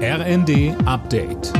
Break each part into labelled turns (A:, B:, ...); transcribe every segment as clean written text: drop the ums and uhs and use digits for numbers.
A: RND Update.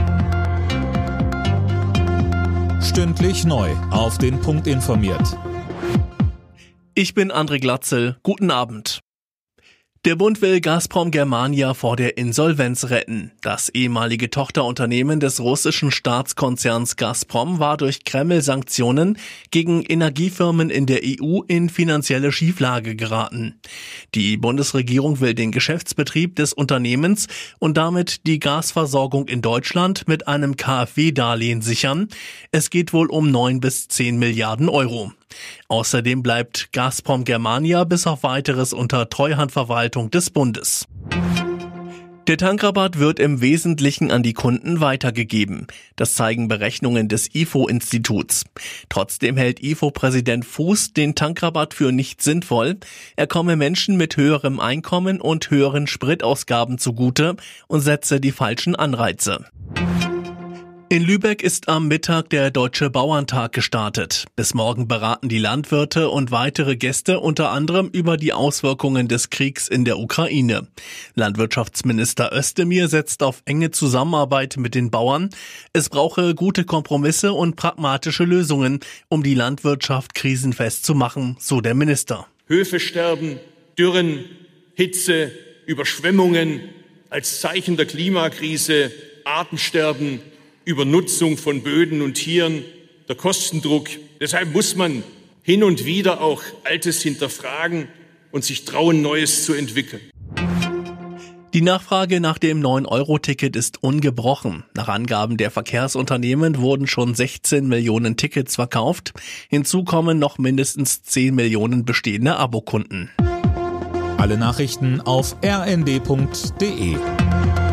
A: Stündlich neu auf den Punkt informiert.
B: Ich bin André Glatzel. Guten Abend. Der Bund will Gazprom Germania vor der Insolvenz retten. Das ehemalige Tochterunternehmen des russischen Staatskonzerns Gazprom war durch Kreml-Sanktionen gegen Energiefirmen in der EU in finanzielle Schieflage geraten. Die Bundesregierung will den Geschäftsbetrieb des Unternehmens und damit die Gasversorgung in Deutschland mit einem KfW-Darlehen sichern. Es geht wohl um 9 bis 10 Milliarden Euro. Außerdem bleibt Gazprom Germania bis auf Weiteres unter Treuhandverwaltung des Bundes. Der Tankrabatt wird im Wesentlichen an die Kunden weitergegeben. Das zeigen Berechnungen des IFO-Instituts. Trotzdem hält IFO-Präsident Fuß den Tankrabatt für nicht sinnvoll. Er komme Menschen mit höherem Einkommen und höheren Spritausgaben zugute und setze die falschen Anreize. In Lübeck ist am Mittag der Deutsche Bauerntag gestartet. Bis morgen beraten die Landwirte und weitere Gäste unter anderem über die Auswirkungen des Kriegs in der Ukraine. Landwirtschaftsminister Özdemir setzt auf enge Zusammenarbeit mit den Bauern. Es brauche gute Kompromisse und pragmatische Lösungen, um die Landwirtschaft krisenfest zu machen, so der Minister.
C: Höfe sterben, Dürren, Hitze, Überschwemmungen als Zeichen der Klimakrise, Artensterben, Übernutzung von Böden und Tieren, der Kostendruck. Deshalb muss man hin und wieder auch Altes hinterfragen und sich trauen, Neues zu entwickeln.
B: Die Nachfrage nach dem 9-Euro-Ticket ist ungebrochen. Nach Angaben der Verkehrsunternehmen wurden schon 16 Millionen Tickets verkauft. Hinzu kommen noch mindestens 10 Millionen bestehende Abokunden.
A: Alle Nachrichten auf rnd.de.